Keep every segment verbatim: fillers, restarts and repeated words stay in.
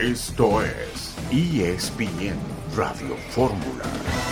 Esto es E S P N Radio Fórmula.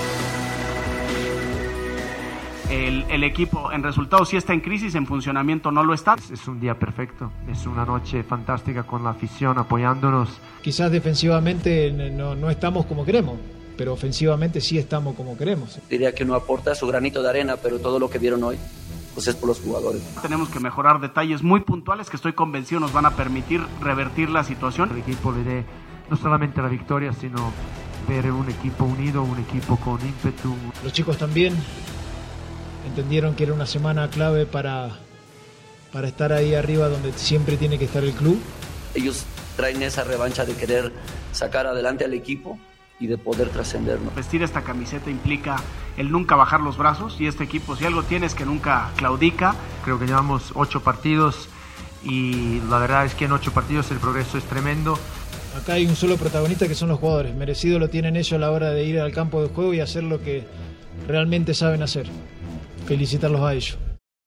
El, el equipo en resultados sí está en crisis, en funcionamiento no lo está. Es un día perfecto, es una noche fantástica con la afición apoyándonos. Quizás defensivamente no, no estamos como queremos, pero ofensivamente sí estamos como queremos. Diría que uno aporta su granito de arena, pero todo lo que vieron hoy pues es por los jugadores. Tenemos que mejorar detalles muy puntuales que estoy convencido nos van a permitir revertir la situación. El equipo le dé no solamente la victoria, sino ver un equipo unido, un equipo con ímpetu. Los chicos también entendieron que era una semana clave para, para estar ahí arriba donde siempre tiene que estar el club. Ellos traen esa revancha de querer sacar adelante al equipo y de poder trascendernos. Vestir esta camiseta implica el nunca bajar los brazos y este equipo si algo tiene es que nunca claudica. Creo que llevamos ocho partidos y la verdad es que en ocho partidos el progreso es tremendo. Acá hay un solo protagonista que son los jugadores. Merecido lo tienen ellos a la hora de ir al campo de juego y hacer lo que realmente saben hacer. Felicitarlos a ellos.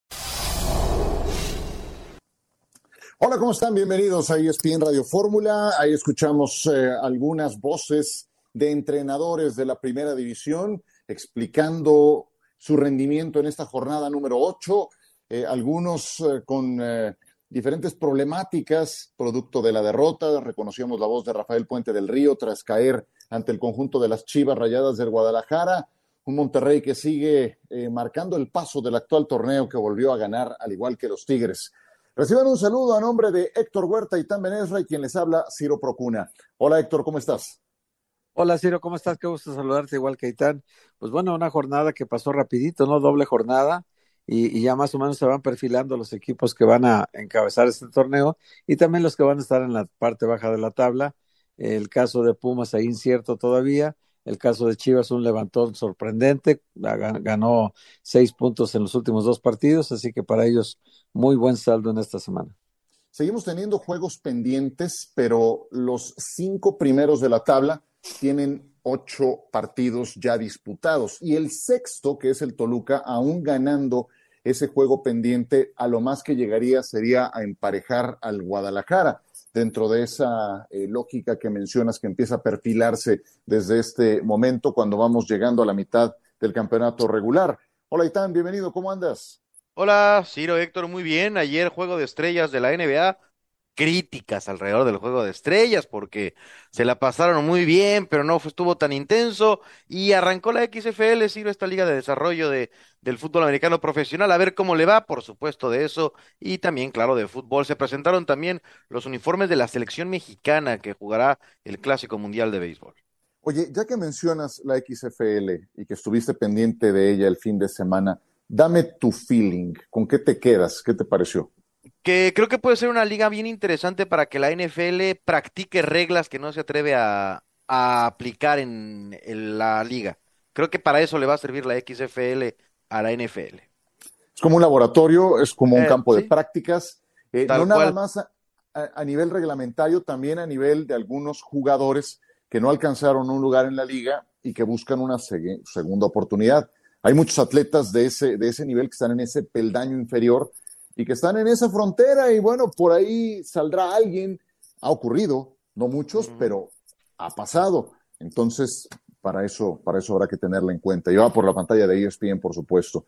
Hola, ¿cómo están? Bienvenidos a E S P N Radio Fórmula. Ahí escuchamos eh, algunas voces de entrenadores de la primera división explicando su rendimiento en esta jornada número ocho. Eh, algunos eh, con eh, diferentes problemáticas producto de la derrota. Reconocíamos la voz de Rafael Puente del Río tras caer ante el conjunto de las Chivas Rayadas del Guadalajara. Un Monterrey que sigue eh, marcando el paso del actual torneo, que volvió a ganar al igual que los Tigres. Reciban un saludo a nombre de Héctor Huerta y Tan Benesra y quien les habla, Ciro Procuna. Hola Héctor, ¿cómo estás? Hola Ciro, ¿cómo estás? Qué gusto saludarte igual que Itán. Pues bueno, una jornada que pasó rapidito, ¿no? Doble jornada y, y ya más o menos se van perfilando los equipos que van a encabezar este torneo y también los que van a estar en la parte baja de la tabla. El caso de Pumas ahí incierto todavía. El caso de Chivas, un levantón sorprendente, ganó seis puntos en los últimos dos partidos, así que para ellos muy buen saldo en esta semana. Seguimos teniendo juegos pendientes, pero los cinco primeros de la tabla tienen ocho partidos ya disputados y el sexto, que es el Toluca, aún ganando ese juego pendiente, a lo más que llegaría sería a emparejar al Guadalajara. Dentro de esa eh, lógica que mencionas que empieza a perfilarse desde este momento cuando vamos llegando a la mitad del campeonato regular. Hola Itán, bienvenido, ¿cómo andas? Hola, Ciro, Héctor, muy bien. Ayer juego de estrellas de la N B A, críticas alrededor del juego de estrellas porque se la pasaron muy bien, pero no fue- estuvo tan intenso y arrancó la X F L, Ciro, esta liga de desarrollo de, del fútbol americano profesional, a ver cómo le va, por supuesto de eso, y también, claro, de fútbol. Se presentaron también los uniformes de la selección mexicana que jugará el Clásico Mundial de Béisbol. Oye, ya que mencionas la X F L y que estuviste pendiente de ella el fin de semana, dame tu feeling, ¿con qué te quedas? ¿Qué te pareció? Que creo que puede ser una liga bien interesante para que la N F L practique reglas que no se atreve a, a aplicar en, en la liga. Creo que para eso le va a servir la X F L a la N F L. Es como un laboratorio, es como un Eh, campo de sí, prácticas, eh, tal no nada cual. más a, a- a nivel reglamentario, también a nivel de algunos jugadores que no alcanzaron un lugar en la liga y que buscan una segue- segunda oportunidad. Hay muchos atletas de ese, de ese nivel que están en ese peldaño inferior y que están en esa frontera y bueno, por ahí saldrá alguien. Ha ocurrido, no muchos, Ujú. pero ha pasado. Entonces, para eso, para eso habrá que tenerla en cuenta. Y va por la pantalla de E S P N, por supuesto.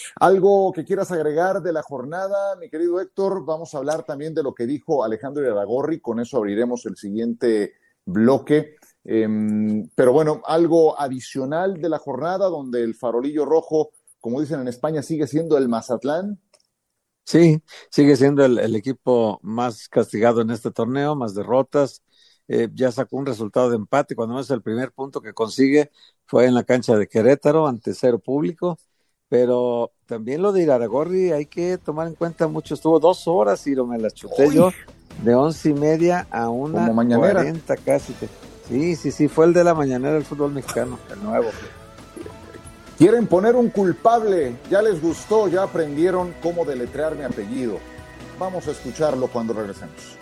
¿Algo que quieras agregar de la jornada, mi querido Héctor? Vamos a hablar también de lo que dijo Alejandro Irarrágorri. Con eso abriremos el siguiente bloque. Em, pero bueno, algo adicional de la jornada donde el farolillo rojo, como dicen en España, sigue siendo el Mazatlán. Sí, sigue siendo el, el equipo más castigado en este torneo, más derrotas. Eh, ya sacó un resultado de empate, cuando no es el primer punto que consigue, fue en la cancha de Querétaro ante cero público, pero también lo de Irarrágorri hay que tomar en cuenta mucho, estuvo dos horas y lo me las chuté Uy, yo, de once y media a una como mañanera. cuarenta casi. que- Sí, sí, sí, fue el de la mañanera del fútbol mexicano, el nuevo. Quieren poner un culpable. Ya les gustó, ya aprendieron cómo deletrear mi apellido. Vamos a escucharlo cuando regresemos.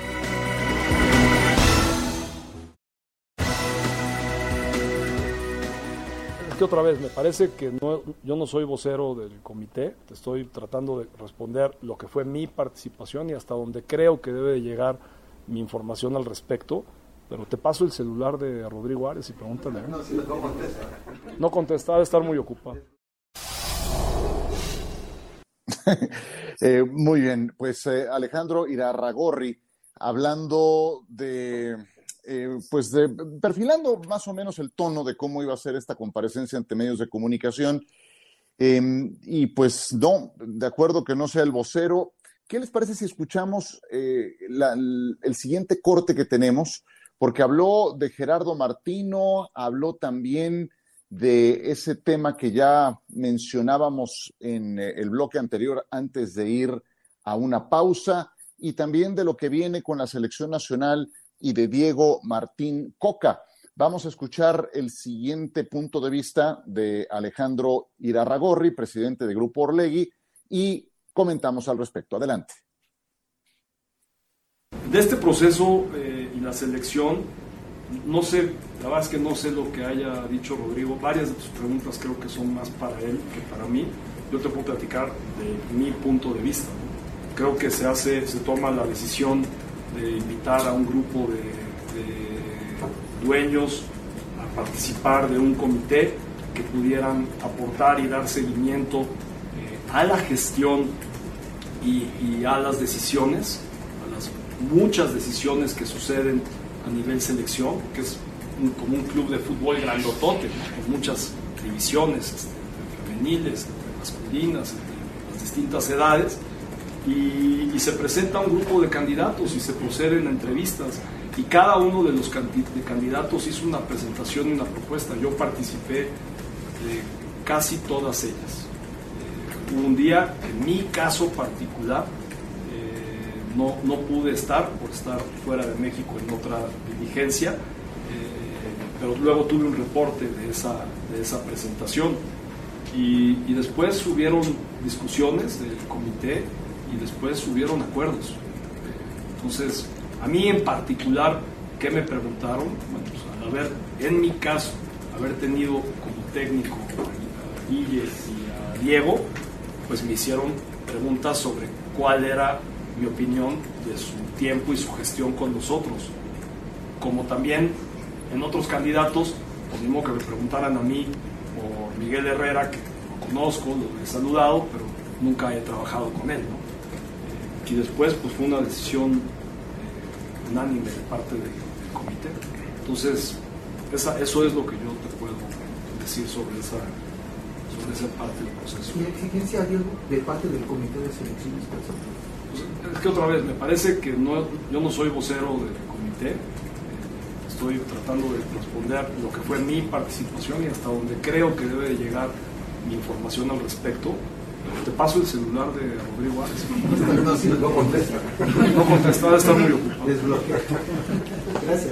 Es que otra vez, me parece que no, yo no soy vocero del comité, te estoy tratando de responder lo que fue mi participación y hasta donde creo que debe de llegar mi información al respecto. Pero te paso el celular de Rodrigo Ares y pregúntale. ¿eh? No, si no contesta. No contesta, debe estar muy ocupado. eh, muy bien, pues eh, Alejandro Irarrágorri, hablando de, eh, pues de, perfilando más o menos el tono de cómo iba a ser esta comparecencia ante medios de comunicación, eh, y pues no, de acuerdo que no sea el vocero. ¿Qué les parece si escuchamos eh, la, el, el siguiente corte que tenemos? Porque habló de Gerardo Martino, habló también de ese tema que ya mencionábamos en el bloque anterior antes de ir a una pausa, y también de lo que viene con la selección nacional y de Diego Martín Coca. Vamos a escuchar el siguiente punto de vista de Alejandro Irarrágorri, presidente de Grupo Orlegui, y comentamos al respecto. Adelante. De este proceso eh, y la selección, no sé, la verdad es que no sé lo que haya dicho Rodrigo. Varias de tus preguntas creo que son más para él que para mí. Yo te puedo platicar de mi punto de vista, ¿no? Creo que se hace, se toma la decisión de invitar a un grupo de, de dueños a participar de un comité que pudieran aportar y dar seguimiento eh, a la gestión y, y a las decisiones, a las muchas decisiones que suceden a nivel selección, que es un, como un club de fútbol grandotote, ¿no? Con muchas divisiones, este, entre femeniles, entre masculinas, entre las distintas edades, y, y se presenta un grupo de candidatos y se proceden a entrevistas, y cada uno de los de candidatos hizo una presentación y una propuesta. Yo participé de casi todas ellas. Eh, hubo un día, en mi caso particular, No, no pude estar por estar fuera de México en otra diligencia, eh, pero luego tuve un reporte de esa, de esa presentación, y, y después hubieron discusiones del comité y después hubieron acuerdos. Entonces, a mí en particular, ¿qué me preguntaron? Bueno, pues, al haber, en mi caso, haber tenido como técnico a Guille y a Diego, pues me hicieron preguntas sobre cuál era mi opinión de su tiempo y su gestión con nosotros. Como también en otros candidatos, lo mismo que me preguntaran a mí o Miguel Herrera, que lo conozco, lo he saludado, pero nunca he trabajado con él, ¿no? Eh, y después pues fue una decisión eh, unánime de parte del, del comité. Entonces, esa, eso es lo que yo te puedo decir sobre esa, sobre esa parte del proceso. ¿Y exigencia, Diego, de parte del comité de selecciones personales? Es que otra vez, me parece que no, yo no soy vocero del comité, eh, estoy tratando de responder lo que fue mi participación y hasta donde creo que debe de llegar mi información al respecto. Te paso el celular de Rodrigo Ares. No, sí, no contesta. No contesta, está muy ocupado. Gracias.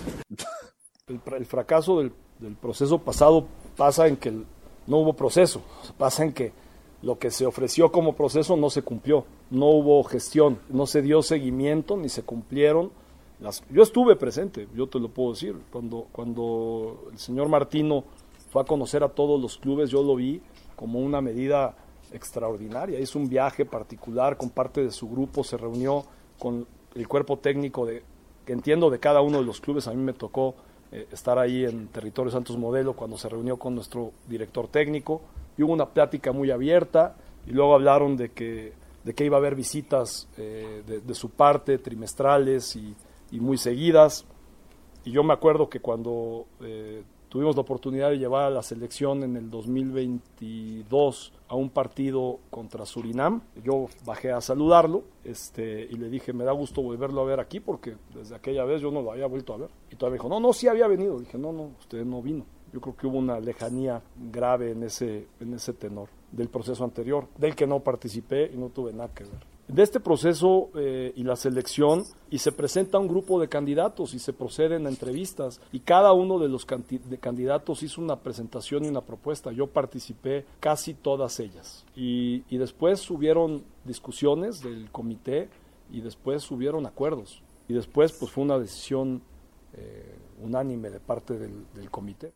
El, el fracaso del, del proceso pasado pasa en que el, no hubo proceso, pasa en que lo que se ofreció como proceso no se cumplió, no hubo gestión, no se dio seguimiento ni se cumplieron las... Yo estuve presente, yo te lo puedo decir, cuando, cuando el señor Martino fue a conocer a todos los clubes, yo lo vi como una medida extraordinaria. Hizo un viaje particular con parte de su grupo, se reunió con el cuerpo técnico de, que entiendo de cada uno de los clubes. A mí me tocó eh, estar ahí en Territorio Santos Modelo cuando se reunió con nuestro director técnico, y hubo una plática muy abierta, y luego hablaron de que, de que iba a haber visitas eh, de, de su parte, trimestrales y, y muy seguidas. Y yo me acuerdo que cuando eh, tuvimos la oportunidad de llevar a la selección en el dos mil veintidós a un partido contra Surinam, yo bajé a saludarlo este, y le dije, me da gusto volverlo a ver aquí, porque desde aquella vez yo no lo había vuelto a ver. Y todavía me dijo, no, no, sí había venido. Dije, no, no, usted no vino. Yo creo que hubo una lejanía grave en ese, en ese tenor del proceso anterior, del que no participé y no tuve nada que ver. De este proceso eh, y la selección, y se presenta un grupo de candidatos y se proceden a entrevistas, y cada uno de los canti- de candidatos hizo una presentación y una propuesta. Yo participé casi todas ellas. Y, y después hubieron discusiones del comité y después hubieron acuerdos. Y después pues fue una decisión eh, unánime de parte del, del comité.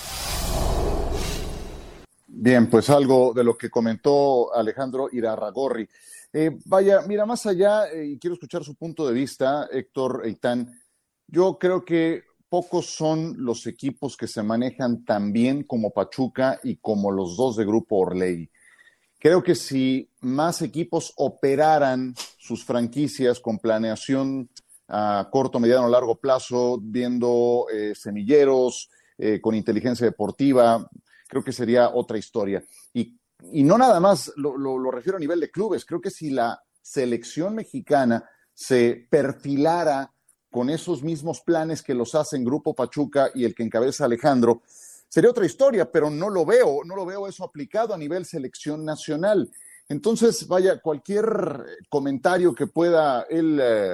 Bien, pues algo de lo que comentó Alejandro Irarrágorri. Eh, vaya, mira, más allá, eh, y quiero escuchar su punto de vista, Héctor Eitán, Yo creo que pocos son los equipos que se manejan tan bien como Pachuca y como los dos de Grupo Orlegui. Creo que si más equipos operaran sus franquicias con planeación a corto, mediano, largo plazo, viendo eh, semilleros, eh, con inteligencia deportiva, creo que sería otra historia. Y, y no nada más lo, lo, lo refiero a nivel de clubes, creo que si la selección mexicana se perfilara con esos mismos planes que los hacen Grupo Pachuca y el que encabeza Alejandro, sería otra historia, pero no lo veo, no lo veo eso aplicado a nivel selección nacional. Entonces, vaya, cualquier comentario que pueda él eh,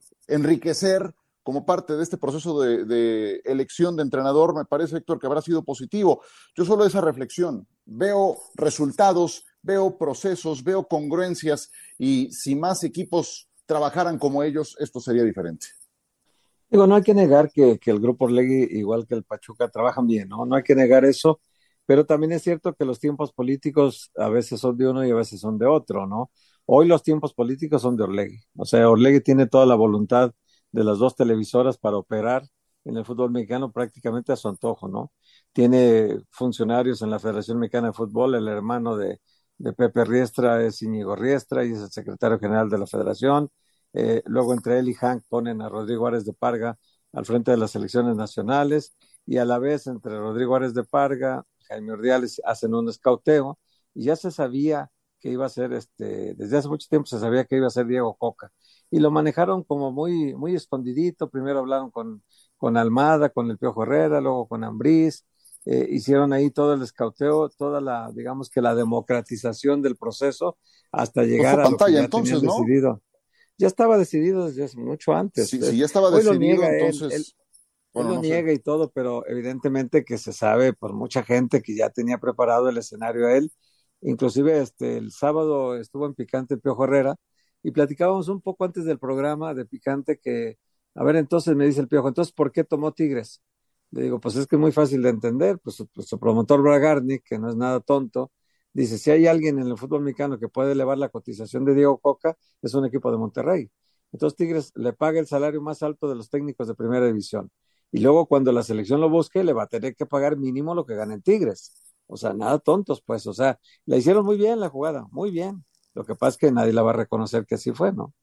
enriquecer como parte de este proceso de, de elección de entrenador, me parece, Héctor, que habrá sido positivo. Yo solo esa reflexión, veo resultados, veo procesos, veo congruencias, y si más equipos trabajaran como ellos, esto sería diferente. Digo, no hay que negar que, que el Grupo Orlegui, igual que el Pachuca, trabajan bien, ¿no? No hay que negar eso, pero también es cierto que los tiempos políticos a veces son de uno y a veces son de otro, ¿no? Hoy los tiempos políticos son de Orlegui. O sea, Orlegui tiene toda la voluntad de las dos televisoras para operar en el fútbol mexicano prácticamente a su antojo, ¿no? Tiene funcionarios en la Federación Mexicana de Fútbol, el hermano de, de Pepe Riestra es Íñigo Riestra y es el secretario general de la Federación. Eh, luego entre él y Hank ponen a Rodrigo Árez de Parga al frente de las selecciones nacionales, y a la vez entre Rodrigo Árez de Parga, Jaime Ordiales hacen un escauteo, y ya se sabía que iba a ser, este, desde hace mucho tiempo se sabía que iba a ser Diego Coca, y lo manejaron como muy, muy escondidito. Primero hablaron con, con Almada, con el Piojo Herrera, luego con Ambriz, eh, hicieron ahí todo el escauteo, toda la, digamos que la democratización del proceso, hasta llegar a lo que ya entonces, tenían ¿no? decidido. Ya estaba decidido desde hace mucho antes. Sí, sí ya estaba decidido, lo niega entonces... Él, él, bueno, él lo no niega sé. y todo, pero evidentemente que se sabe por mucha gente que ya tenía preparado el escenario a él. Inclusive este, el sábado estuvo en Picante el Piojo Herrera y platicábamos un poco antes del programa de Picante que, a ver, entonces me dice el Piojo, entonces, ¿por qué tomó Tigres? Le digo, pues es que es muy fácil de entender, pues, pues su promotor Bragarnik, que no es nada tonto, dice, si hay alguien en el fútbol mexicano que puede elevar la cotización de Diego Coca, es un equipo de Monterrey. Entonces Tigres le paga el salario más alto de los técnicos de primera división. Y luego cuando la selección lo busque, le va a tener que pagar mínimo lo que gana en Tigres. O sea, nada tontos, pues. O sea, la hicieron muy bien la jugada, muy bien. Lo que pasa es que nadie la va a reconocer que así fue, ¿no?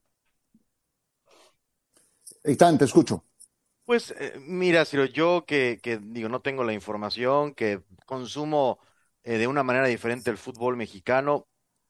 Eitan, te escucho. Pues eh, mira, Ciro, yo que, que digo, no tengo la información, que consumo eh, de una manera diferente el fútbol mexicano.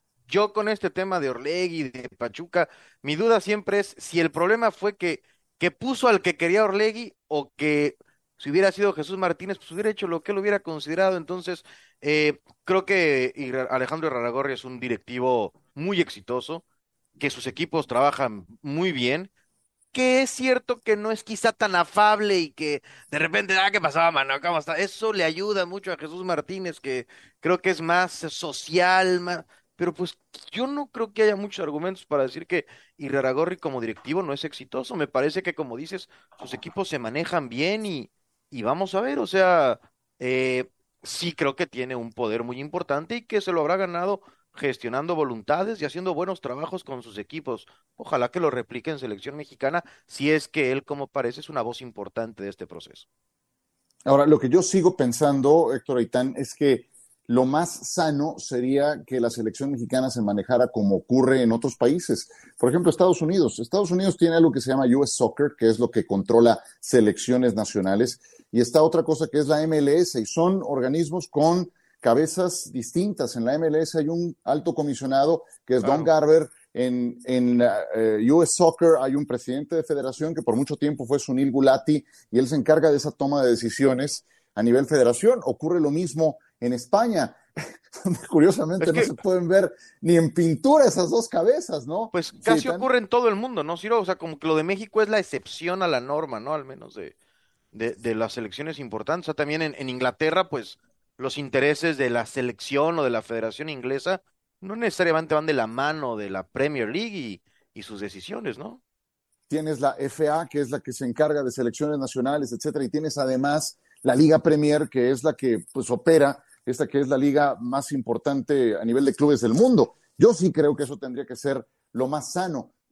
Yo con este tema de Orlegui, de Pachuca, mi duda siempre es si el problema fue que, que puso al que quería Orlegui, o que si hubiera sido Jesús Martínez, pues hubiera hecho lo que él hubiera considerado. Entonces, eh, creo que Ira- Alejandro Irarrágorri es un directivo muy exitoso, que sus equipos trabajan muy bien, que es cierto que no es quizá tan afable y que de repente, ah, ¿qué pasaba, mano? ¿Cómo está? Eso le ayuda mucho a Jesús Martínez, que creo que es más social, más... pero pues yo no creo que haya muchos argumentos para decir que Irarrágorri como directivo no es exitoso. Me parece que, como dices, sus equipos se manejan bien y, y vamos a ver, o sea, eh, sí creo que tiene un poder muy importante y que se lo habrá ganado gestionando voluntades y haciendo buenos trabajos con sus equipos. Ojalá que lo replique en selección mexicana, si es que él, como parece, es una voz importante de este proceso. Ahora, lo que yo sigo pensando, Héctor Eitan, es que lo más sano sería que la selección mexicana se manejara como ocurre en otros países. Por ejemplo, Estados Unidos. Estados Unidos tiene algo que se llama U S Soccer, que es lo que controla selecciones nacionales, y está otra cosa que es la M L S, y son organismos con cabezas distintas. En la M L S hay un alto comisionado que es claro. Don Garber. En, en uh, U S Soccer hay un presidente de federación que por mucho tiempo fue Sunil Gulati, y él se encarga de esa toma de decisiones a nivel federación. Ocurre lo mismo en España. Curiosamente, es que no se pueden ver ni en pintura esas dos cabezas, ¿no? Pues casi sí, tan... ocurre en todo el mundo, ¿no, Ciro? O sea, como que lo de México es la excepción a la norma, ¿no? Al menos de, de, de las selecciones importantes. O sea, también en, en Inglaterra, pues los intereses de la selección o de la Federación Inglesa no necesariamente van de la mano de la Premier League y, y sus decisiones, ¿no? Tienes la F A, que es la que se encarga de selecciones nacionales, etcétera, y tienes además la Liga Premier, que es la que pues opera, esta que es la liga más importante a nivel de clubes del mundo. Yo sí creo que eso tendría que ser lo más sano,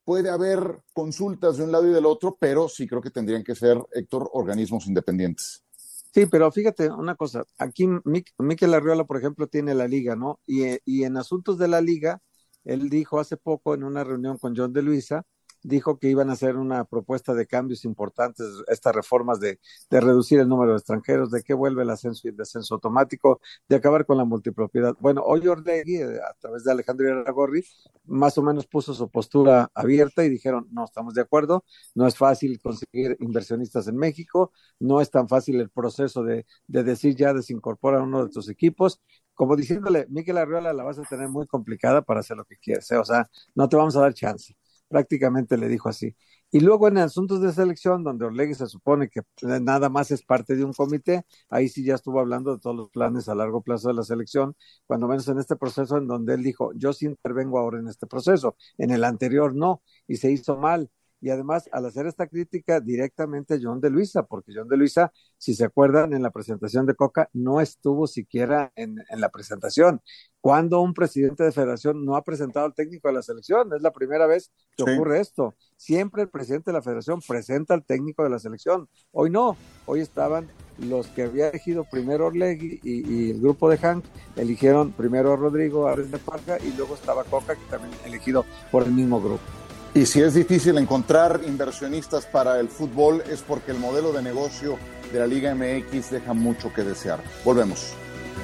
puede haber consultas de un lado y del otro, pero sí creo que tendrían que ser, Héctor, organismos independientes. Sí, pero fíjate una cosa, aquí Mikel Arriola, por ejemplo, tiene la liga, ¿no? Y, y en asuntos de la liga, él dijo hace poco en una reunión con John de Luisa, dijo que iban a hacer una propuesta de cambios importantes, estas reformas de, de reducir el número de extranjeros, de que vuelve el ascenso y el descenso automático, de acabar con la multipropiedad. Bueno, hoy Orlegui, a través de Alejandro Irarrágorri, más o menos puso su postura abierta y dijeron, no estamos de acuerdo, no es fácil conseguir inversionistas en México, no es tan fácil el proceso de, de decir ya desincorpora a uno de tus equipos, como diciéndole, Mikel Arriola la vas a tener muy complicada para hacer lo que quieres, ¿eh? O sea, no te vamos a dar chance. Prácticamente le dijo así. Y luego en asuntos de selección, donde Orlegui se supone que nada más es parte de un comité, ahí sí ya estuvo hablando de todos los planes a largo plazo de la selección, cuando menos en este proceso en donde él dijo, yo sí intervengo ahora en este proceso, en el anterior no, y se hizo mal. Y además, al hacer esta crítica directamente a John de Luisa, porque John de Luisa, si se acuerdan, en la presentación de Coca, no estuvo siquiera en, en la presentación. Cuando un presidente de federación no ha presentado al técnico de la selección, es la primera vez que sí ocurre esto. Siempre el presidente de la federación presenta al técnico de la selección. Hoy no, hoy estaban los que había elegido primero Orlegui y, y el grupo de Hank, eligieron primero a Rodrigo Ares de Parga y luego estaba Coca, que también elegido por el mismo grupo. Y si es difícil encontrar inversionistas para el fútbol es porque el modelo de negocio de la Liga M X deja mucho que desear. Volvemos.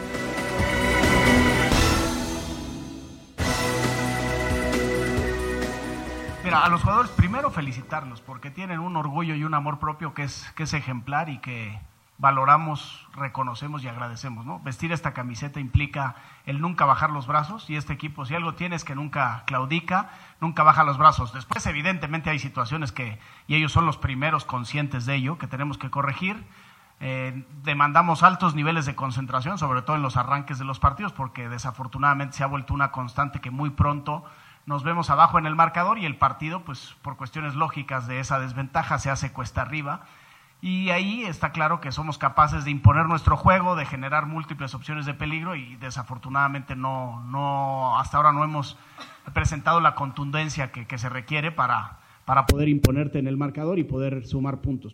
Mira, a los jugadores primero felicitarlos porque tienen un orgullo y un amor propio que es, que es ejemplar y que valoramos, reconocemos y agradecemos, ¿no? Vestir esta camiseta implica el nunca bajar los brazos y este equipo, si algo tiene es que nunca claudica, nunca baja los brazos. Después, evidentemente, hay situaciones que, y ellos son los primeros conscientes de ello, que tenemos que corregir. Eh, demandamos altos niveles de concentración, sobre todo en los arranques de los partidos, porque desafortunadamente se ha vuelto una constante que muy pronto nos vemos abajo en el marcador y el partido, pues por cuestiones lógicas de esa desventaja, se hace cuesta arriba. Y ahí está claro que somos capaces de imponer nuestro juego, de generar múltiples opciones de peligro y desafortunadamente no, no hasta ahora no hemos presentado la contundencia que, que se requiere para, para poder imponerte en el marcador y poder sumar puntos.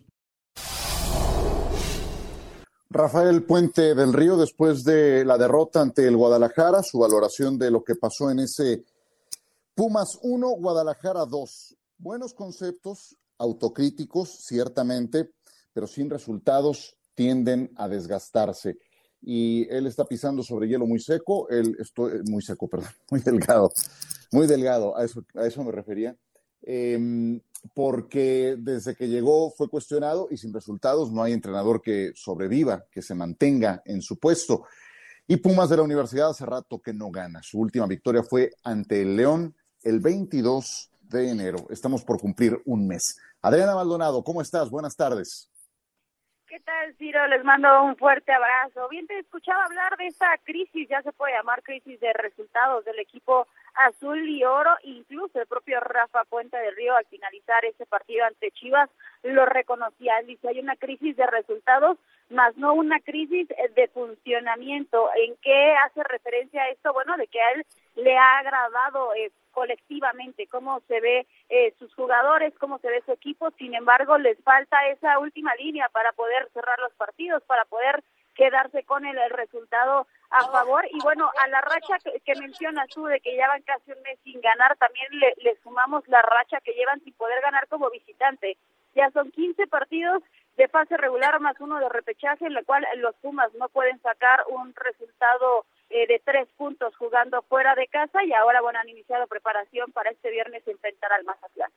Rafael Puente del Río, después de la derrota ante el Guadalajara, su valoración de lo que pasó en ese Pumas uno, Guadalajara dos. Buenos conceptos, autocríticos, ciertamente, pero sin resultados tienden a desgastarse. Y él está pisando sobre hielo muy seco, él estoy muy seco, perdón, muy delgado, muy delgado, a eso, a eso me refería, eh, porque desde que llegó fue cuestionado y sin resultados no hay entrenador que sobreviva, que se mantenga en su puesto. Y Pumas de la Universidad hace rato que no gana. Su última victoria fue ante el León el veintidós de enero. Estamos por cumplir un mes. Adriana Maldonado, ¿cómo estás? Buenas tardes. ¿Qué tal, Ciro? Les mando un fuerte abrazo. Bien, te escuchaba hablar de esta crisis, ya se puede llamar crisis de resultados del equipo azul y oro, incluso el propio Rafa Puente del Río al finalizar ese partido ante Chivas lo reconocía. Él dice, hay una crisis de resultados, más no una crisis de funcionamiento. ¿En qué hace referencia a esto? Bueno, de que a él le ha agradado eh, colectivamente cómo se ve eh, sus jugadores, cómo se ve su equipo. Sin embargo, les falta esa última línea para poder cerrar los partidos, para poder quedarse con el, el resultado a favor. Y bueno, a la racha que, que mencionas tú de que llevan casi un mes sin ganar, también le, le sumamos la racha que llevan sin poder ganar como visitante. Ya son quince partidos de fase regular más uno de repechaje, en la cual los Pumas no pueden sacar un resultado eh, de tres puntos jugando fuera de casa, y ahora bueno, han iniciado preparación para este viernes enfrentar al Mazatlán.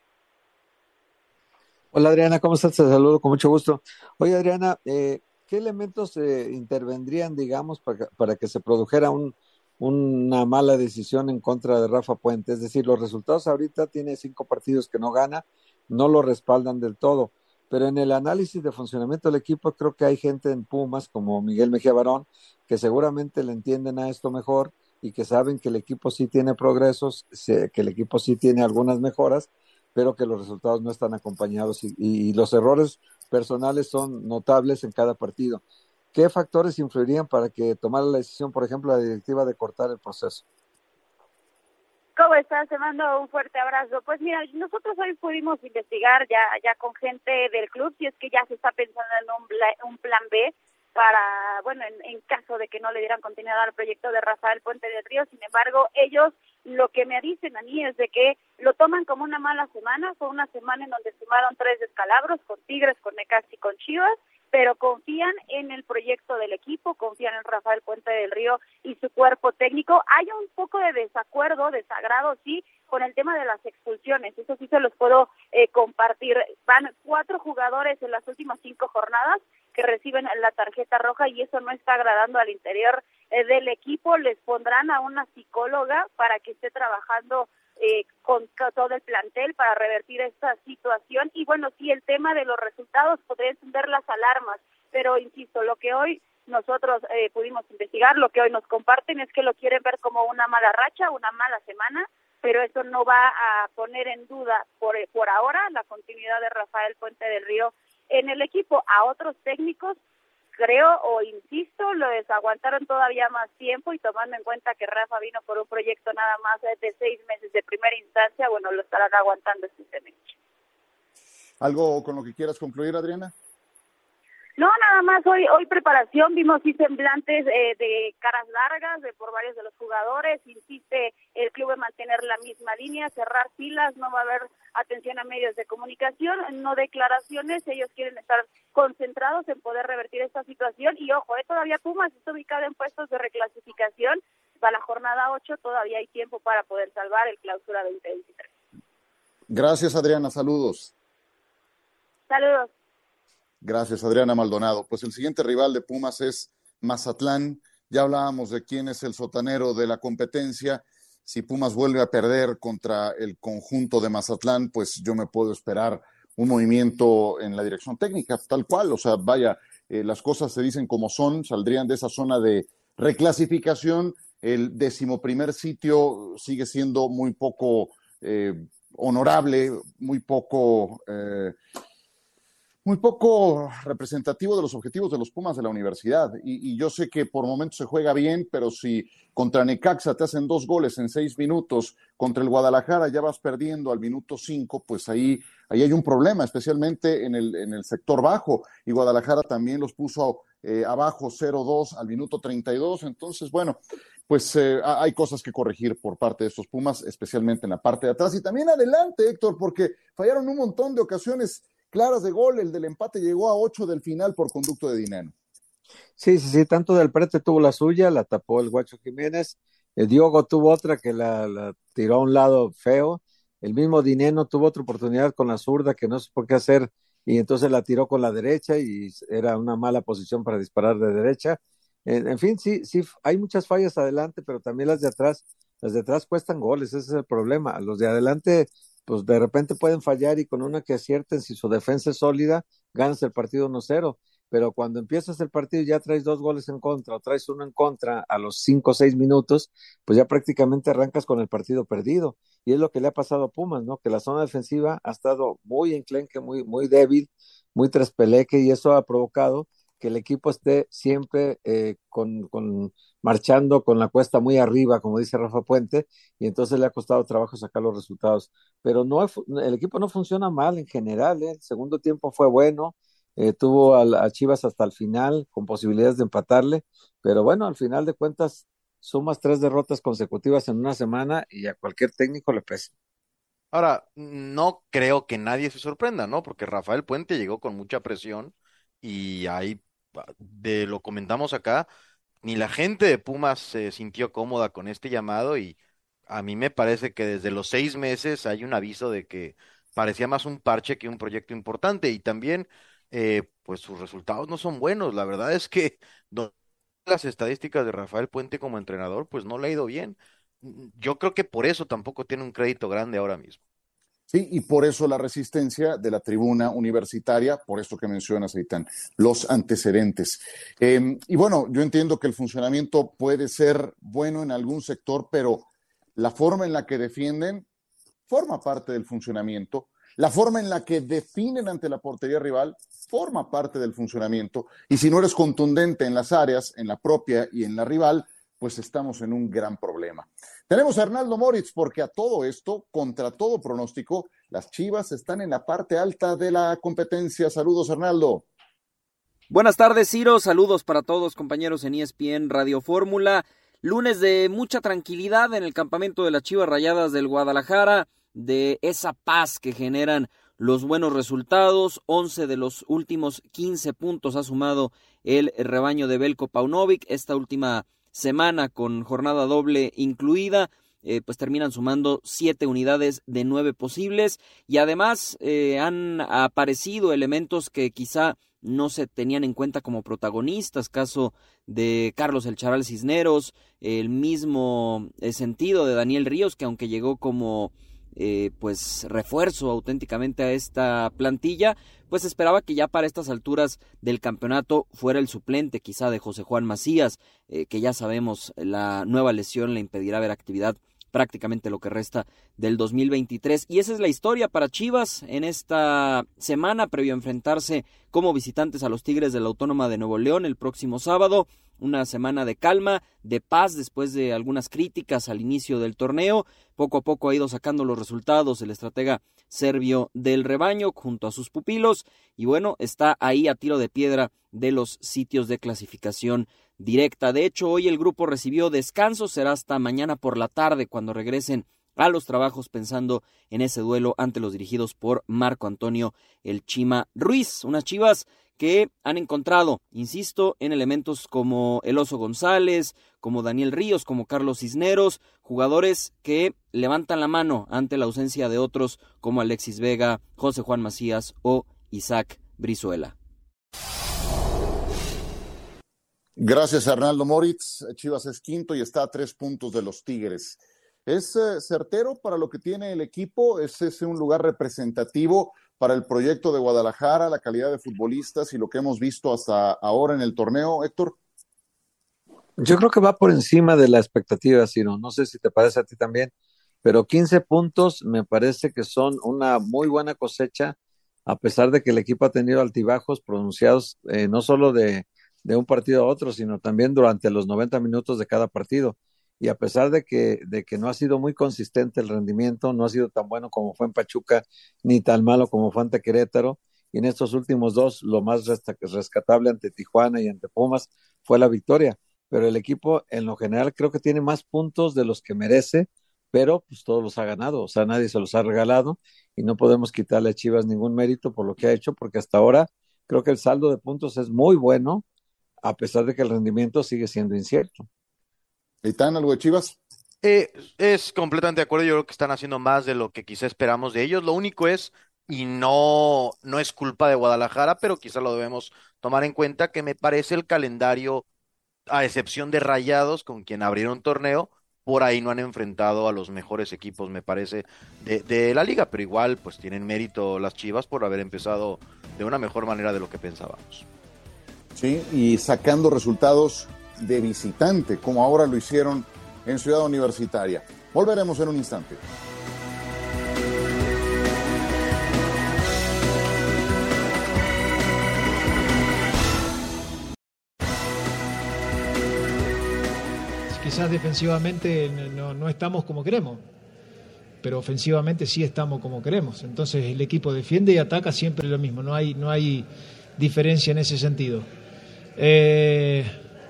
Hola Adriana, ¿cómo estás? Te saludo con mucho gusto. Oye Adriana, eh, ¿qué elementos eh, intervendrían, digamos, para, para que se produjera un, una mala decisión en contra de Rafa Puente? Es decir, los resultados ahorita tiene cinco partidos que no gana, no lo respaldan del todo, pero en el análisis de funcionamiento del equipo creo que hay gente en Pumas como Miguel Mejía Barón que seguramente le entienden a esto mejor y que saben que el equipo sí tiene progresos, que el equipo sí tiene algunas mejoras, pero que los resultados no están acompañados y, y los errores personales son notables en cada partido. ¿Qué factores influirían para que tomara la decisión, por ejemplo, la directiva de cortar el proceso? ¿Cómo estás? Te mando un fuerte abrazo. Pues mira, nosotros hoy pudimos investigar ya ya con gente del club, si es que ya se está pensando en un, un plan B para, bueno, en, en caso de que no le dieran continuidad al proyecto de Rafael Puente del Río. Sin embargo, ellos lo que me dicen a mí es de que lo toman como una mala semana. Fue una semana en donde sumaron tres descalabros con Tigres, con Necaxa y con Chivas, pero confían en el proyecto del equipo, confían en Rafael Puente del Río y su cuerpo técnico. Hay un poco de desacuerdo, desagrado, sí, con el tema de las expulsiones. Eso sí se los puedo eh, compartir. Van cuatro jugadores en las últimas cinco jornadas que reciben la tarjeta roja y eso no está agradando al interior eh, del equipo. Les pondrán a una psicóloga para que esté trabajando eh, con, con todo el plantel para revertir esta situación. Y bueno, sí, el tema de los resultados podría encender las alarmas, pero insisto, lo que hoy nosotros eh, pudimos investigar, lo que hoy nos comparten es que lo quieren ver como una mala racha, una mala semana, pero eso no va a poner en duda por, por ahora la continuidad de Rafael Puente del Río en el equipo. A otros técnicos, creo o insisto, lo desaguantaron todavía más tiempo y tomando en cuenta que Rafa vino por un proyecto nada más de seis meses de primera instancia, bueno, lo estarán aguantando este semestre. ¿Algo con lo que quieras concluir, Adriana? No, nada más, hoy hoy preparación, vimos sí semblantes eh, de caras largas de por varios de los jugadores, insiste el club en mantener la misma línea, cerrar filas, no va a haber atención a medios de comunicación, no declaraciones, ellos quieren estar concentrados en poder revertir esta situación y ojo, eh, todavía Pumas está ubicado en puestos de reclasificación, para la jornada ocho todavía hay tiempo para poder salvar el clausura veinte veintitrés. Gracias, Adriana, saludos. Saludos. Gracias, Adriana Maldonado. Pues el siguiente rival de Pumas es Mazatlán. Ya hablábamos de quién es el sotanero de la competencia. Si Pumas vuelve a perder contra el conjunto de Mazatlán, pues yo me puedo esperar un movimiento en la dirección técnica, tal cual. O sea, vaya, eh, las cosas se dicen como son, saldrían de esa zona de reclasificación. El decimoprimer sitio sigue siendo muy poco eh, honorable, muy poco... Eh, muy poco representativo de los objetivos de los Pumas de la universidad. Y, y yo sé que por momentos se juega bien, pero si contra Necaxa te hacen dos goles en seis minutos, contra el Guadalajara ya vas perdiendo al minuto cinco, pues ahí, ahí hay un problema, especialmente en el, en el sector bajo. Y Guadalajara también los puso eh, abajo cero dos al minuto treinta y dos. Entonces, bueno, pues eh, hay cosas que corregir por parte de estos Pumas, especialmente en la parte de atrás. Y también adelante, Héctor, porque fallaron un montón de ocasiones claras de gol. El del empate llegó a ocho del final por conducto de Dineno. Sí, sí, sí, tanto del Prete tuvo la suya, la tapó el Guacho Jiménez, el Diogo tuvo otra que la, la tiró a un lado feo, el mismo Dineno tuvo otra oportunidad con la zurda que no supo qué hacer y entonces la tiró con la derecha y era una mala posición para disparar de derecha. En, en fin, sí, sí, hay muchas fallas adelante, pero también las de atrás, las de atrás cuestan goles, ese es el problema. Los de adelante pues de repente pueden fallar y con una que acierten, si su defensa es sólida, ganas el partido uno cero, pero cuando empiezas el partido y ya traes dos goles en contra o traes uno en contra a los cinco o seis minutos, pues ya prácticamente arrancas con el partido perdido, y es lo que le ha pasado a Pumas, ¿no? Que la zona defensiva ha estado muy enclenque, muy, muy débil, muy trespeleque, y eso ha provocado que el equipo esté siempre eh, con, con marchando con la cuesta muy arriba, como dice Rafa Puente, y entonces le ha costado trabajo sacar los resultados. Pero no, el equipo no funciona mal en general, ¿eh? El segundo tiempo fue bueno, eh, tuvo a, a Chivas hasta el final, con posibilidades de empatarle, pero bueno, al final de cuentas, sumas tres derrotas consecutivas en una semana y a cualquier técnico le pesa. Ahora, no creo que nadie se sorprenda, ¿no? Porque Rafael Puente llegó con mucha presión y ahí, de lo comentamos acá, ni la gente de Pumas se sintió cómoda con este llamado y a mí me parece que desde los seis meses hay un aviso de que parecía más un parche que un proyecto importante y también, eh, pues sus resultados no son buenos. La verdad es que no, las estadísticas de Rafael Puente como entrenador, pues no le ha ido bien. Yo creo que por eso tampoco tiene un crédito grande ahora mismo. Sí, y por eso la resistencia de la tribuna universitaria, por esto que mencionas, Aitán, los antecedentes. Eh, y bueno, yo entiendo que el funcionamiento puede ser bueno en algún sector, pero la forma en la que defienden forma parte del funcionamiento. La forma en la que definen ante la portería rival forma parte del funcionamiento. Y si no eres contundente en las áreas, en la propia y en la rival, pues estamos en un gran problema. Tenemos a Arnaldo Moritz, porque a todo esto, contra todo pronóstico, las Chivas están en la parte alta de la competencia. Saludos, Arnaldo. Buenas tardes, Ciro. Saludos para todos, compañeros en E S P N Radio Fórmula. Lunes de mucha tranquilidad en el campamento de las Chivas Rayadas del Guadalajara, de esa paz que generan los buenos resultados. once de los últimos quince puntos ha sumado el rebaño de Veljko Paunovic. Esta última semana, con jornada doble incluida, eh, pues terminan sumando siete unidades de nueve posibles, y además eh, han aparecido elementos que quizá no se tenían en cuenta como protagonistas, caso de Carlos El Charal Cisneros, el mismo eh, sentido de Daniel Ríos, que aunque llegó como eh, pues refuerzo auténticamente a esta plantilla, pues esperaba que ya para estas alturas del campeonato fuera el suplente quizá de José Juan Macías, eh, que ya sabemos la nueva lesión le impedirá ver actividad prácticamente lo que resta del dos mil veintitrés, y esa es la historia para Chivas en esta semana previo a enfrentarse como visitantes a los Tigres de la Autónoma de Nuevo León el próximo sábado. Una semana de calma, de paz, después de algunas críticas al inicio del torneo. Poco a poco ha ido sacando los resultados el estratega serbio del rebaño junto a sus pupilos, y bueno, está ahí a tiro de piedra de los sitios de clasificación directa. De hecho, hoy el grupo recibió descanso, será hasta mañana por la tarde cuando regresen a los trabajos, pensando en ese duelo ante los dirigidos por Marco Antonio El Chima Ruiz. Unas Chivas que han encontrado, insisto, en elementos como el Oso González, como Daniel Ríos, como Carlos Cisneros, jugadores que levantan la mano ante la ausencia de otros como Alexis Vega, José Juan Macías o Isaac Brizuela. Gracias, Arnaldo Moritz. Chivas es quinto y está a tres puntos de los Tigres. ¿Es eh, certero para lo que tiene el equipo? ¿Es ese un lugar representativo para el proyecto de Guadalajara, la calidad de futbolistas y lo que hemos visto hasta ahora en el torneo, Héctor? Yo creo que va por encima de la expectativa, Ciro. No sé si te parece a ti también, pero quince puntos me parece que son una muy buena cosecha, a pesar de que el equipo ha tenido altibajos pronunciados, eh, no solo de, de un partido a otro, sino también durante los noventa minutos de cada partido. Y a pesar de que, de que no ha sido muy consistente el rendimiento, no ha sido tan bueno como fue en Pachuca, ni tan malo como fue ante Querétaro, y en estos últimos dos, lo más rescatable ante Tijuana y ante Pumas fue la victoria. Pero el equipo, en lo general, creo que tiene más puntos de los que merece, pero pues todos los ha ganado, o sea, nadie se los ha regalado, y no podemos quitarle a Chivas ningún mérito por lo que ha hecho, porque hasta ahora creo que el saldo de puntos es muy bueno, a pesar de que el rendimiento sigue siendo incierto. ¿Eitan, algo de Chivas? Eh, es completamente de acuerdo. Yo creo que están haciendo más de lo que quizá esperamos de ellos. Lo único es, y no, no es culpa de Guadalajara, pero quizá lo debemos tomar en cuenta, que me parece el calendario, a excepción de Rayados, con quien abrieron torneo, por ahí no han enfrentado a los mejores equipos, me parece, de, de la liga, pero igual pues tienen mérito las Chivas por haber empezado de una mejor manera de lo que pensábamos. Sí, y sacando resultados de visitante, como ahora lo hicieron en Ciudad Universitaria. Volveremos en un instante. Quizás defensivamente no, no estamos como queremos, pero ofensivamente sí estamos como queremos. Entonces el equipo defiende y ataca siempre lo mismo, no hay, no hay diferencia en ese sentido. Eh...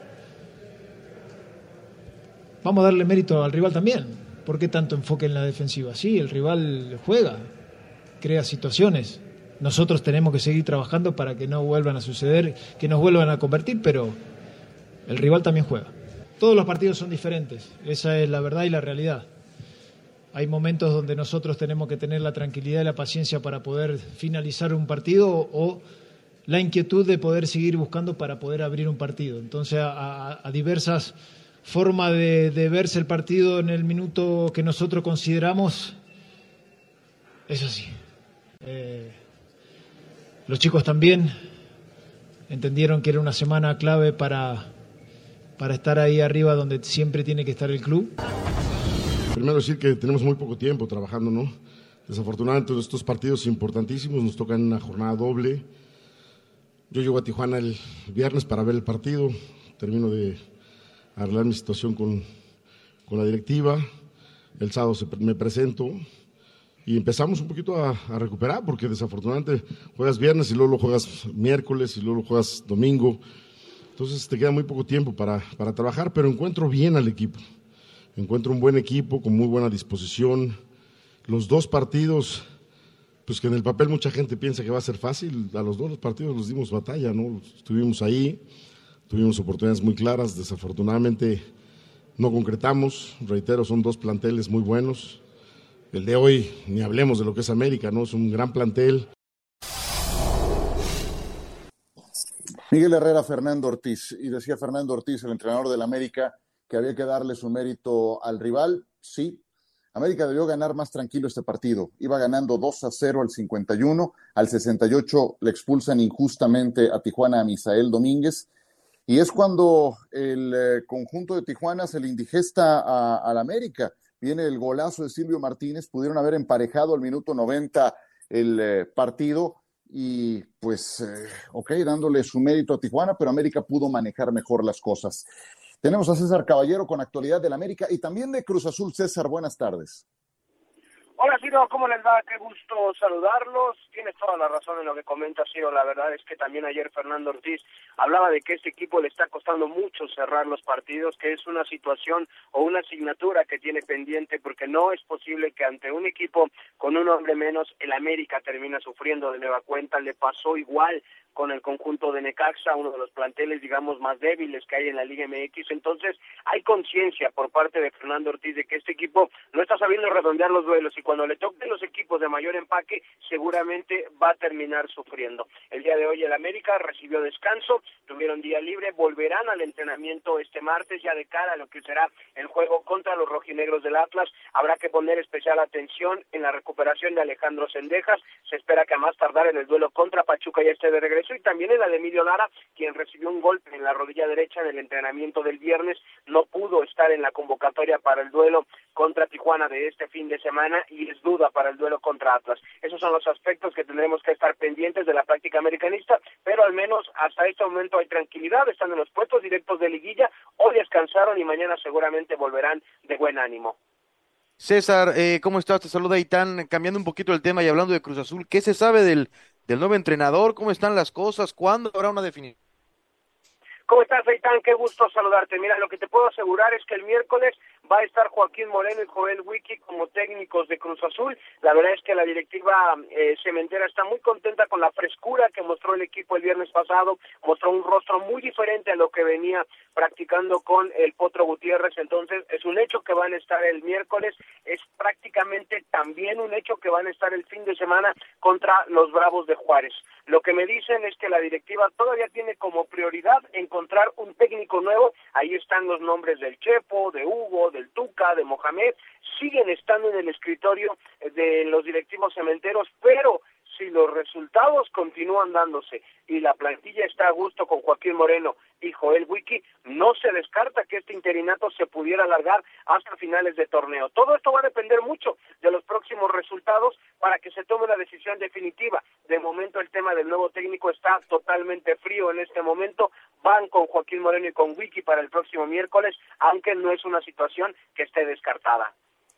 Vamos a darle mérito al rival también. ¿Por qué tanto enfoque en la defensiva? Sí, el rival juega, crea situaciones. Nosotros tenemos que seguir trabajando para que no vuelvan a suceder, que nos vuelvan a convertir, pero el rival también juega. Todos los partidos son diferentes, esa es la verdad y la realidad. Hay momentos donde nosotros tenemos que tener la tranquilidad y la paciencia para poder finalizar un partido, o la inquietud de poder seguir buscando para poder abrir un partido. Entonces, a, a, a diversas forma de, de verse el partido en el minuto que nosotros consideramos, es así. Eh, los chicos también entendieron que era una semana clave para, para estar ahí arriba donde siempre tiene que estar el club. Primero decir que tenemos muy poco tiempo trabajando, ¿no? Desafortunadamente estos partidos importantísimos nos tocan una jornada doble. Yo llego a Tijuana el viernes para ver el partido, termino de arreglar mi situación con, con la directiva. El sábado se, me presento y empezamos un poquito a, a recuperar, porque desafortunadamente juegas viernes y luego lo juegas miércoles y luego lo juegas domingo. Entonces te queda muy poco tiempo para, para trabajar, pero encuentro bien al equipo. Encuentro un buen equipo con muy buena disposición. Los dos partidos, pues que en el papel mucha gente piensa que va a ser fácil, a los dos partidos los dimos batalla, ¿no? Estuvimos ahí, tuvimos oportunidades muy claras, desafortunadamente no concretamos. Reitero, son dos planteles muy buenos. El de hoy, ni hablemos de lo que es América, ¿no? Es un gran plantel. Miguel Herrera, Fernando Ortiz, y decía Fernando Ortiz, el entrenador del América, que había que darle su mérito al rival. Sí, América debió ganar más tranquilo este partido. Iba ganando dos a cero al cincuenta y uno, al sesenta y ocho le expulsan injustamente a Tijuana a Misael Domínguez, y es cuando el eh, conjunto de Tijuana se le indigesta a, al América. Viene el golazo de Silvio Martínez, pudieron haber emparejado al minuto noventa el eh, partido, y pues, eh, ok, dándole su mérito a Tijuana, pero América pudo manejar mejor las cosas. Tenemos a César Caballero con actualidad del América y también de Cruz Azul. César, buenas tardes. Hola, Ciro, ¿cómo les va? Qué gusto saludarlos. Tienes toda la razón en lo que comenta Ciro. La verdad es que también ayer Fernando Ortiz hablaba de que este equipo le está costando mucho cerrar los partidos, que es una situación o una asignatura que tiene pendiente, porque no es posible que ante un equipo con un hombre menos, el América termina sufriendo de nueva cuenta. Le pasó igual con el conjunto de Necaxa, uno de los planteles, digamos, más débiles que hay en la Liga M X. Entonces, hay conciencia por parte de Fernando Ortiz de que este equipo no está sabiendo redondear los duelos, y cuando le toquen los equipos de mayor empaque, seguramente va a terminar sufriendo. El día de hoy el América recibió descanso, tuvieron día libre, volverán al entrenamiento este martes, ya de cara a lo que será el juego contra los rojinegros del Atlas. Habrá que poner especial atención en la recuperación de Alejandro Cendejas. Se espera que a más tardar en el duelo contra Pachuca ya esté de regreso, y también en la de Emilio Lara, quien recibió un golpe en la rodilla derecha en el entrenamiento del viernes. No pudo estar en la convocatoria para el duelo contra Tijuana de este fin de semana, y es duda para el duelo contra Atlas. Esos son los aspectos que tendremos que estar pendientes de la práctica americanista, pero al menos hasta este momento hay tranquilidad, están en los puestos directos de liguilla, hoy descansaron y mañana seguramente volverán de buen ánimo. César, eh, ¿cómo estás? Te saluda Itán. Cambiando un poquito el tema y hablando de Cruz Azul, ¿qué se sabe del, del nuevo entrenador? ¿Cómo están las cosas? ¿Cuándo habrá una definición? ¿Cómo estás, Aitán? Qué gusto saludarte. Mira, lo que te puedo asegurar es que el miércoles va a estar Joaquín Moreno y Joel Wiki como técnicos de Cruz Azul. La verdad es que la directiva eh, cementera está muy contenta con la frescura que mostró el equipo el viernes pasado. Mostró un rostro muy diferente a lo que venía practicando con el Potro Gutiérrez. Entonces, es un hecho que van a estar el miércoles. Es prácticamente también un hecho que van a estar el fin de semana contra los Bravos de Juárez. Lo que me dicen es que la directiva todavía tiene como prioridad encontrar un técnico nuevo. Ahí están los nombres del Chepo, de Hugo, del Tuca, de Mohamed. Siguen estando en el escritorio de los directivos cementeros, pero si los resultados continúan dándose y la plantilla está a gusto con Joaquín Moreno y Joel Wiki, no se descarta que este interinato se pudiera alargar hasta finales de torneo. Todo esto va a depender mucho de los próximos resultados para que se tome la decisión definitiva. De momento el tema del nuevo técnico está totalmente frío en este momento. Van con Joaquín Moreno y con Wiki para el próximo miércoles, aunque no es una situación que esté descartada.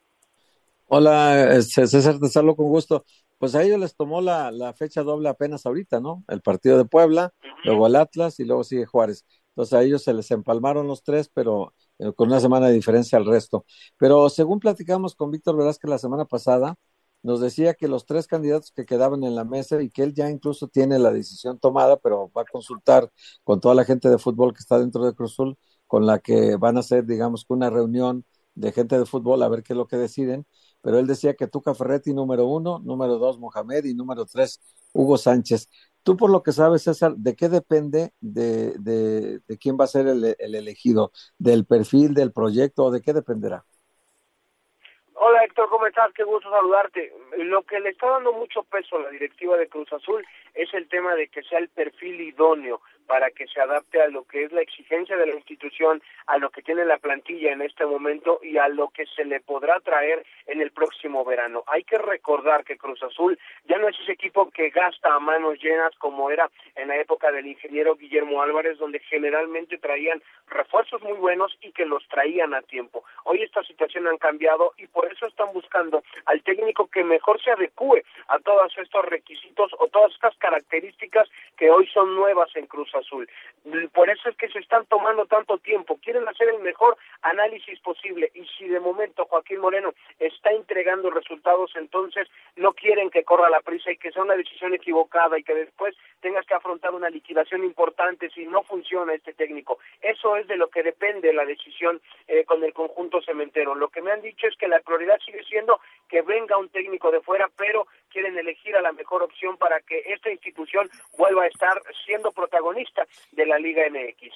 Hola, César, te saludo con gusto. Pues a ellos les tomó la, la fecha doble apenas ahorita, ¿no? El partido de Puebla, uh-huh. luego el Atlas y luego sigue Juárez. Entonces a ellos se les empalmaron los tres, pero eh, con una semana de diferencia al resto. Pero según platicamos con Víctor Velázquez la semana pasada, nos decía que los tres candidatos que quedaban en la mesa y que él ya incluso tiene la decisión tomada, pero va a consultar con toda la gente de fútbol que está dentro de Cruz Azul, con la que van a hacer, digamos, una reunión de gente de fútbol a ver qué es lo que deciden. Pero él decía que Tuca Ferretti número uno, número dos Mohamed y número tres Hugo Sánchez. Tú, por lo que sabes, César, ¿de qué depende de, de, de quién va a ser el, el elegido? ¿Del perfil, del proyecto o de qué dependerá? Hola Héctor, ¿cómo estás? Qué gusto saludarte. Lo que le está dando mucho peso a la directiva de Cruz Azul es el tema de que sea el perfil idóneo para que se adapte a lo que es la exigencia de la institución, a lo que tiene la plantilla en este momento y a lo que se le podrá traer en el próximo verano. Hay que recordar que Cruz Azul ya no es ese equipo que gasta a manos llenas como era en la época del ingeniero Guillermo Álvarez, donde generalmente traían refuerzos muy buenos y que los traían a tiempo. Hoy esta situación ha cambiado y por eso están buscando al técnico que mejor se adecue a todos estos requisitos o todas estas características que hoy son nuevas en Cruz Azul. Por eso es que se están tomando tanto tiempo, quieren hacer el mejor análisis posible y si de momento Joaquín Moreno está entregando resultados, entonces no quieren que corra la prisa y que sea una decisión equivocada y que después tengas que afrontar una liquidación importante si no funciona este técnico. Eso es de lo que depende la decisión eh, con el conjunto cementero. Lo que me han dicho es que la prioridad sigue siendo que venga un técnico de fuera, pero quieren elegir a la mejor opción para que esta institución vuelva a estar siendo protagonista de la Liga M X.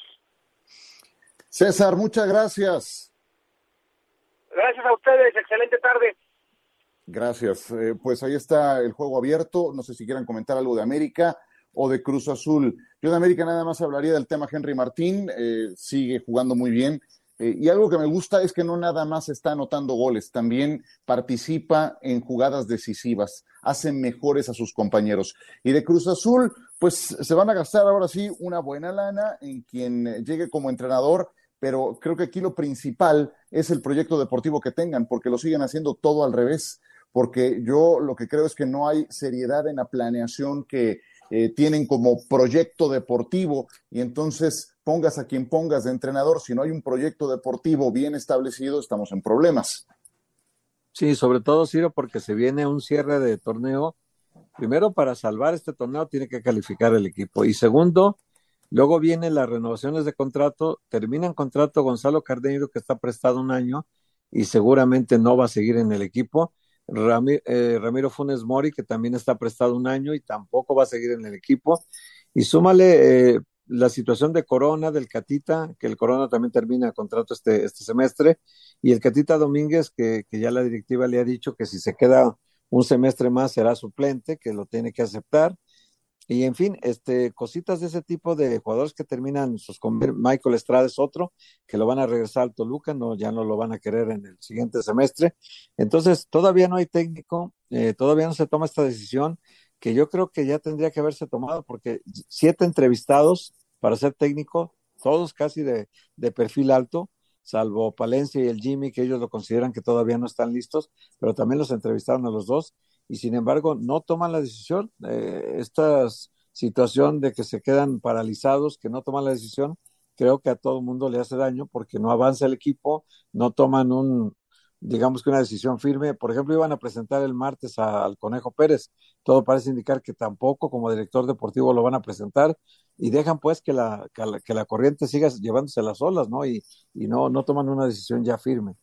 César, muchas gracias. Gracias a ustedes, excelente tarde. Gracias. Eh, pues ahí está el juego abierto. No sé si quieran comentar algo de América o de Cruz Azul. Yo de América nada más hablaría del tema Henry Martín. Eh, sigue jugando muy bien. Eh, y algo que me gusta es que no nada más está anotando goles, también participa en jugadas decisivas, hace mejores a sus compañeros. Y de Cruz Azul, pues se van a gastar ahora sí una buena lana en quien llegue como entrenador, pero creo que aquí lo principal es el proyecto deportivo que tengan, porque lo siguen haciendo todo al revés, porque yo lo que creo es que no hay seriedad en la planeación que eh, tienen como proyecto deportivo, y entonces pongas a quien pongas de entrenador, si no hay un proyecto deportivo bien establecido, estamos en problemas. Sí, sobre todo, Ciro, porque se viene un cierre de torneo. Primero, para salvar este torneo tiene que calificar el equipo. Y segundo, luego vienen las renovaciones de contrato. Termina en contrato Gonzalo Carneiro, que está prestado un año y seguramente no va a seguir en el equipo. Ramiro, eh, Ramiro Funes Mori, que también está prestado un año y tampoco va a seguir en el equipo. Y súmale eh, la situación de Corona, del Catita, que el Corona también termina el contrato este, este semestre, y el Catita Domínguez, que, que ya la directiva le ha dicho que si se queda un semestre más será suplente, que lo tiene que aceptar. Y en fin, este, cositas de ese tipo de jugadores que terminan sus conver- Michael Estrada es otro, que lo van a regresar al Toluca, no, ya no lo van a querer en el siguiente semestre. Entonces, todavía no hay técnico, eh, todavía no se toma esta decisión, que yo creo que ya tendría que haberse tomado, porque siete entrevistados para ser técnico, todos casi de, de perfil alto, salvo Palencia y el Jimmy, que ellos lo consideran que todavía no están listos, pero también los entrevistaron a los dos, y sin embargo no toman la decisión. Eh, esta situación de que se quedan paralizados, que no toman la decisión, creo que a todo el mundo le hace daño, porque no avanza el equipo, no toman un, digamos que una decisión firme. Por ejemplo, iban a presentar el martes a, al Conejo Pérez, todo parece indicar que tampoco como director deportivo lo van a presentar, y dejan pues que la, que la, que la corriente siga llevándose las olas, ¿no? Y, y no, no toman una decisión ya firme.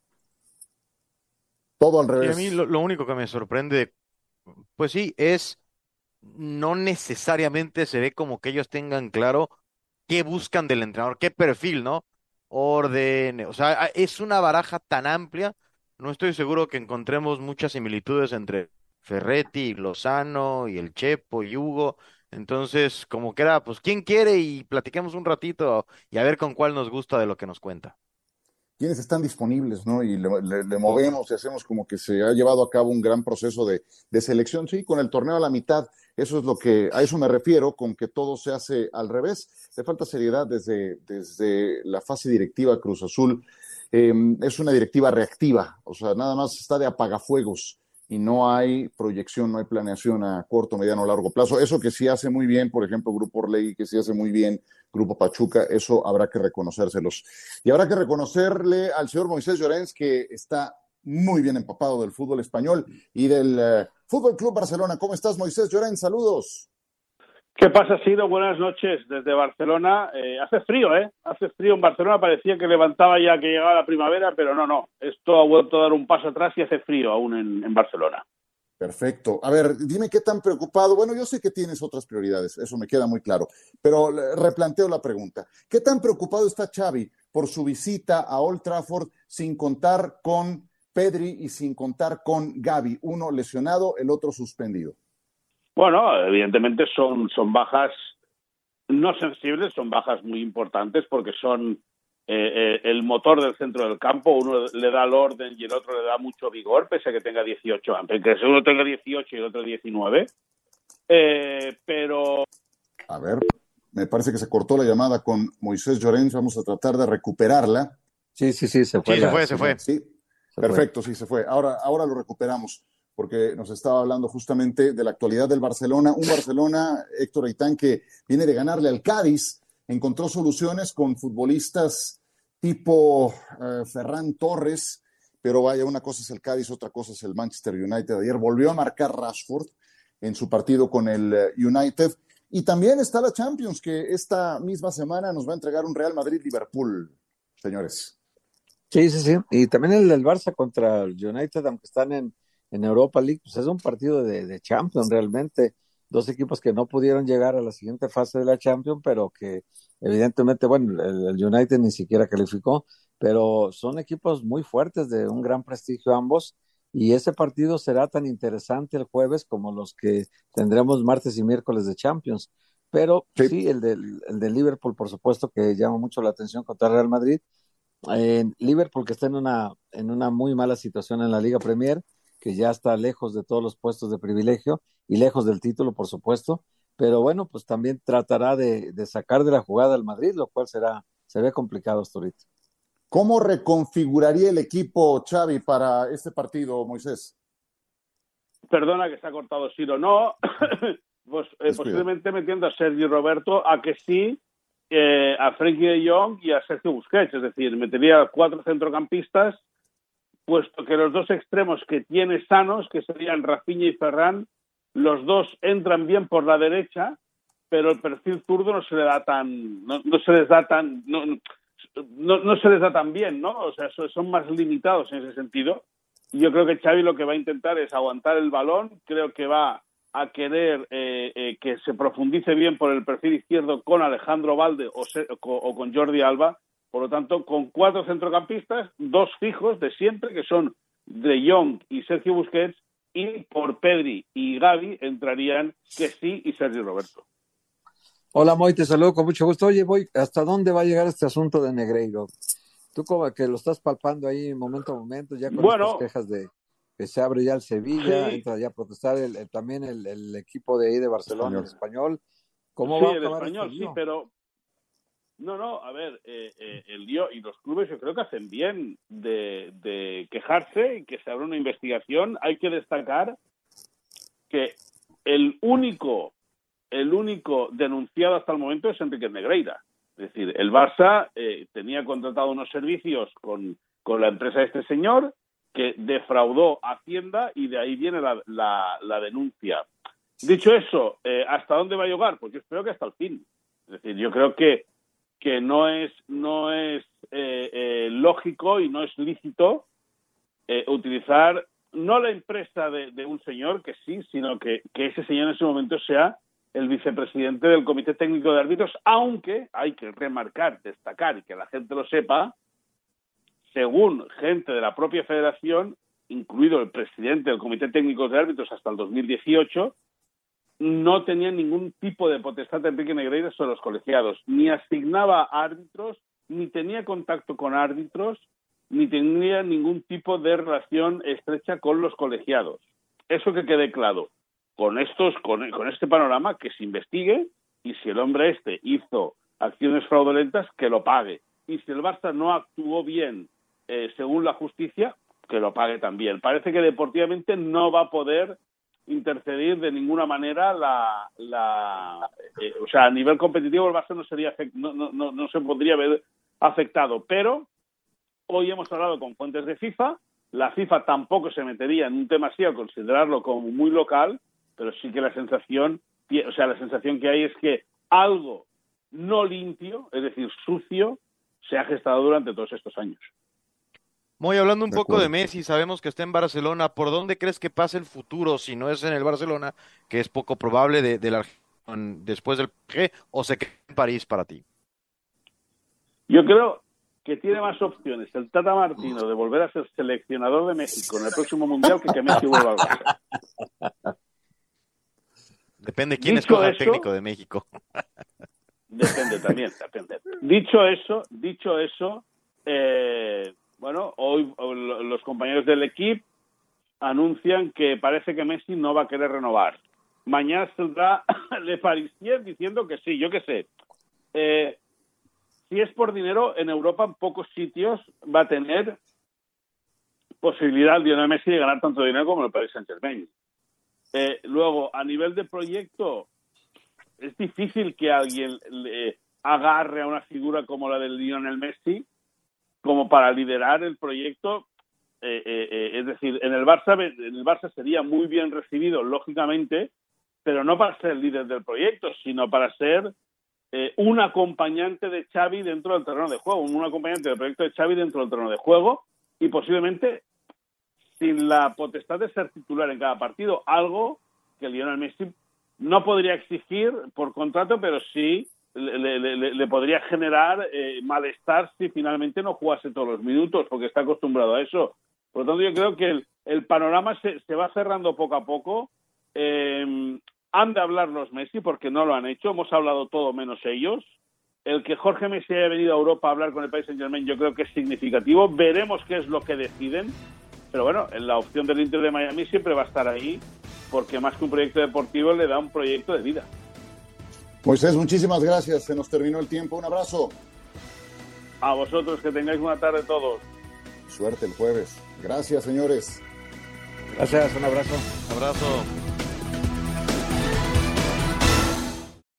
Todo al revés. Y a mí lo, lo único que me sorprende, pues sí, es no necesariamente se ve como que ellos tengan claro qué buscan del entrenador, qué perfil, ¿no? Orden, o sea, es una baraja tan amplia, no estoy seguro que encontremos muchas similitudes entre Ferretti, Lozano y el Chepo y Hugo. Entonces, como que era, pues, ¿quién quiere? Y platiquemos un ratito y a ver con cuál nos gusta de lo que nos cuenta. Quienes están disponibles, ¿no? Y le, le, le movemos y hacemos como que se ha llevado a cabo un gran proceso de, de selección, sí, con el torneo a la mitad. Eso es lo que, a eso me refiero, con que todo se hace al revés. Le falta seriedad desde, desde la fase directiva Cruz Azul. Eh, es una directiva reactiva, o sea, nada más está de apagafuegos y no hay proyección, no hay planeación a corto, mediano o largo plazo. Eso que sí hace muy bien, por ejemplo, Grupo Orlegui, que sí hace muy bien Grupo Pachuca, eso habrá que reconocérselos. Y habrá que reconocerle al señor Moisés Llorens, que está muy bien empapado del fútbol español y del uh, Fútbol Club Barcelona. ¿Cómo estás, Moisés Llorens? Saludos. ¿Qué pasa, Ciro? Buenas noches desde Barcelona. Eh, hace frío, ¿eh? Hace frío en Barcelona. Parecía que levantaba ya que llegaba la primavera, pero no, no. Esto ha vuelto a dar un paso atrás y hace frío aún en, en Barcelona. Perfecto. A ver, dime qué tan preocupado. Bueno, yo sé que tienes otras prioridades, eso me queda muy claro, pero replanteo la pregunta. ¿Qué tan preocupado está Xavi por su visita a Old Trafford sin contar con Pedri y sin contar con Gavi, uno lesionado, el otro suspendido. Bueno, evidentemente son, son bajas no sensibles, son bajas muy importantes porque son eh, eh, el motor del centro del campo. Uno le da el orden y el otro le da mucho vigor, pese a que tenga dieciocho, aunque uno tenga dieciocho y el otro diecinueve. Eh, pero... A ver, me parece que se cortó la llamada con Moisés Llorens, vamos a tratar de recuperarla. Sí, sí, sí, se fue. Sí, la, se fue, se fue. Sí, se perfecto, fue. sí, se fue. Ahora, ahora lo recuperamos, porque nos estaba hablando justamente de la actualidad del Barcelona. Un Barcelona, Héctor Aitán, que viene de ganarle al Cádiz, encontró soluciones con futbolistas tipo eh, Ferran Torres, pero vaya, una cosa es el Cádiz, otra cosa es el Manchester United. Ayer volvió a marcar Rashford en su partido con el United. Y también está la Champions, que esta misma semana nos va a entregar un Real Madrid-Liverpool, señores. Sí, sí, sí. Y también el del Barça contra el United, aunque están en, en Europa League, pues es un partido de, de Champions realmente. Dos equipos que no pudieron llegar a la siguiente fase de la Champions, pero que evidentemente, bueno, el, el United ni siquiera calificó, pero son equipos muy fuertes, de un gran prestigio ambos. Y ese partido será tan interesante el jueves como los que tendremos martes y miércoles de Champions. Pero sí, sí el, de, el de Liverpool, por supuesto, que llama mucho la atención contra el Real Madrid. Eh, Liverpool, que está en una, en una muy mala situación en la Liga Premier, que ya está lejos de todos los puestos de privilegio y lejos del título, por supuesto. Pero bueno, pues también tratará de, de sacar de la jugada al Madrid, lo cual será, se ve complicado hasta ahorita. ¿Cómo reconfiguraría el equipo, Xavi, para este partido, Moisés? Perdona que se ha cortado Ciro, no. pues eh, posiblemente metiendo a Sergio Roberto, a que sí, eh, a Frenkie de Jong y a Sergio Busquets. Es decir, metería cuatro centrocampistas, puesto que los dos extremos que tiene sanos, que serían Rafinha y Ferran, los dos entran bien por la derecha, pero el perfil zurdo no se le da tan, no, no se les da tan, no, no, no se les da tan bien, ¿no? O sea, son más limitados en ese sentido. Y yo creo que Xavi lo que va a intentar es aguantar el balón. Creo que va a querer eh, eh, que se profundice bien por el perfil izquierdo con Alejandro Valde o, se, o, o con Jordi Alba. Por lo tanto, con cuatro centrocampistas, dos fijos de siempre, que son De Jong y Sergio Busquets, y por Pedri y Gavi entrarían Kessie y Sergio Roberto. Hola, Moy, te saludo con mucho gusto. Oye, Moy, ¿hasta dónde va a llegar este asunto de Negreiro? Tú como que lo estás palpando ahí momento a momento, ya con bueno, estas quejas de que se abre ya el Sevilla, sí. entra ya a protestar el, el, también el, el equipo de ahí de Barcelona, el español. ¿Cómo sí, va a el acabar español, este sí, lío? pero... No, no, a ver, eh, eh, el lío y los clubes yo creo que hacen bien de, de quejarse y que se abra una investigación. Hay que destacar que el único, el único denunciado hasta el momento es Enrique Negreira. Es decir, el Barça eh, tenía contratado unos servicios con, con la empresa de este señor que defraudó a Hacienda y de ahí viene la, la, la denuncia. Dicho eso, eh, ¿hasta dónde va a llegar? Pues yo espero que hasta el fin. Es decir, yo creo que que no es no es eh, eh, lógico y no es lícito eh, utilizar no la empresa de, de un señor, que sí, sino que, que ese señor en ese momento sea el vicepresidente del Comité Técnico de Árbitros, aunque hay que remarcar, destacar y que la gente lo sepa, según gente de la propia federación, incluido el presidente del Comité Técnico de Árbitros hasta el dos mil dieciocho, no tenía ningún tipo de potestad de Enrique Negreira sobre los colegiados, ni asignaba árbitros, ni tenía contacto con árbitros, ni tenía ningún tipo de relación estrecha con los colegiados. Eso que quede claro. Con estos, con, con este panorama, que se investigue, y si el hombre este hizo acciones fraudulentas, que lo pague. Y si el Barça no actuó bien eh, según la justicia, que lo pague también. Parece que deportivamente no va a poder intercedir de ninguna manera la, la eh, o sea, a nivel competitivo el Barça no sería no, no, no, no se podría ver afectado, pero hoy hemos hablado con fuentes de FIFA, la FIFA tampoco se metería en un tema así a considerarlo como muy local, pero sí que la sensación, o sea, la sensación que hay es que algo no limpio, es decir, sucio, se ha gestado durante todos estos años. Muy hablando un de poco acuerdo. de Messi, sabemos que está en Barcelona. ¿Por dónde crees que pase el futuro si no es en el Barcelona, que es poco probable de, de la, después del P S G, o se queda en París para ti? Yo creo que tiene más opciones el Tata Martino de volver a ser seleccionador de México en el próximo Mundial que que Messi vuelva al Barça. Depende quién Dicho escoja el eso, técnico de México. Depende también, depende. Dicho eso, dicho eso, eh, bueno, hoy los compañeros del equipo anuncian que parece que Messi no va a querer renovar. Mañana saldrá Le Parisien diciendo que sí, yo qué sé. Eh, si es por dinero, en Europa en pocos sitios va a tener posibilidad Lionel Messi de ganar tanto dinero como el Paris Saint-Germain. Eh, luego, a nivel de proyecto, es difícil que alguien le agarre a una figura como la de Lionel Messi como para liderar el proyecto. Eh, eh, eh, es decir, en el Barça, en el Barça sería muy bien recibido, lógicamente, pero no para ser el líder del proyecto, sino para ser eh, un acompañante de Xavi dentro del terreno de juego, un acompañante del proyecto de Xavi dentro del terreno de juego y posiblemente sin la potestad de ser titular en cada partido, algo que Lionel Messi no podría exigir por contrato, pero sí le, le, le, le podría generar eh, malestar si finalmente no jugase todos los minutos, porque está acostumbrado a eso. Por lo tanto, yo creo que el, el panorama se, se va cerrando poco a poco. Eh, han de hablar los Messi, porque no lo han hecho. Hemos hablado todo menos ellos. El que Jorge Messi haya venido a Europa a hablar con el Paris Saint-Germain yo creo que es significativo. Veremos qué es lo que deciden. Pero bueno, la opción del Inter de Miami siempre va a estar ahí, porque más que un proyecto deportivo le da un proyecto de vida. Moisés, muchísimas gracias. Se nos terminó el tiempo. Un abrazo. A vosotros, que tengáis buena tarde todos. Suerte el jueves. Gracias, señores. Gracias, un abrazo. Un abrazo.